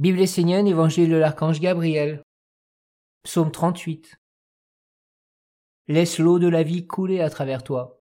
Bible essénienne, Évangile de l'archange Gabriel. Psaume 38. Laisse l'eau de la vie couler à travers toi.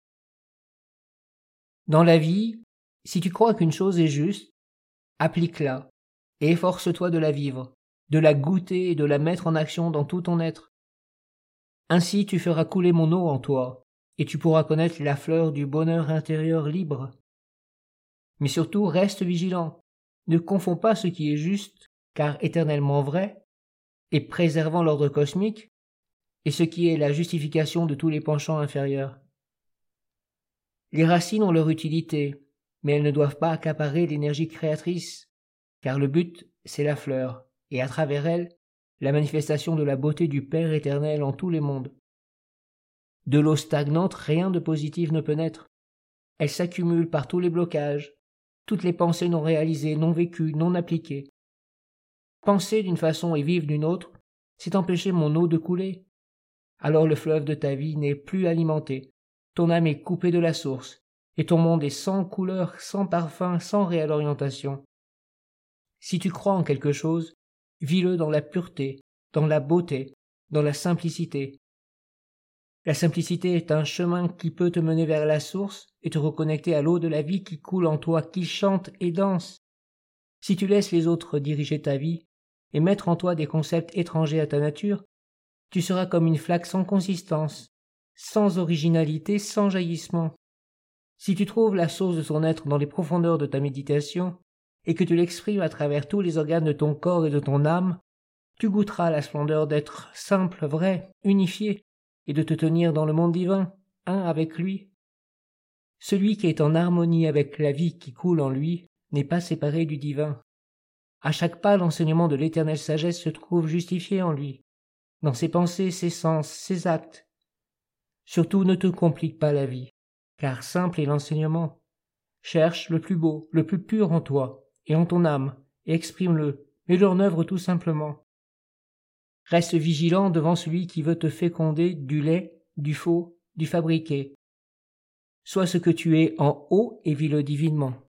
Dans la vie, si tu crois qu'une chose est juste, applique-la et efforce-toi de la vivre, de la goûter et de la mettre en action dans tout ton être. Ainsi tu feras couler mon eau en toi, et tu pourras connaître la fleur du bonheur intérieur libre. Mais surtout, reste vigilant. Ne confonds pas ce qui est juste, car éternellement vrai, et préservant l'ordre cosmique, et ce qui est la justification de tous les penchants inférieurs. Les racines ont leur utilité, mais elles ne doivent pas accaparer l'énergie créatrice, car le but, c'est la fleur, et à travers elle, la manifestation de la beauté du Père éternel en tous les mondes. De l'eau stagnante, rien de positif ne peut naître. Elle s'accumule par tous les blocages, toutes les pensées non réalisées, non vécues, non appliquées. Penser d'une façon et vivre d'une autre, c'est empêcher mon eau de couler. Alors le fleuve de ta vie n'est plus alimenté, ton âme est coupée de la source, et ton monde est sans couleur, sans parfum, sans réelle orientation. Si tu crois en quelque chose, vis-le dans la pureté, dans la beauté, dans la simplicité. La simplicité est un chemin qui peut te mener vers la source et te reconnecter à l'eau de la vie qui coule en toi, qui chante et danse. Si tu laisses les autres diriger ta vie et mettre en toi des concepts étrangers à ta nature, tu seras comme une flaque sans consistance, sans originalité, sans jaillissement. Si tu trouves la source de ton être dans les profondeurs de ta méditation et que tu l'exprimes à travers tous les organes de ton corps et de ton âme, tu goûteras la splendeur d'être simple, vrai, unifié, et de te tenir dans le monde divin, un avec lui. Celui qui est en harmonie avec la vie qui coule en lui n'est pas séparé du divin. À chaque pas, l'enseignement de l'éternelle sagesse se trouve justifié en lui, dans ses pensées, ses sens, ses actes. Surtout ne te complique pas la vie, car simple est l'enseignement. Cherche le plus beau, le plus pur en toi et en ton âme, et exprime-le, mets-le en œuvre tout simplement. Reste vigilant devant celui qui veut te féconder du lait, du faux, du fabriqué. Sois ce que tu es en haut et vis-le divinement.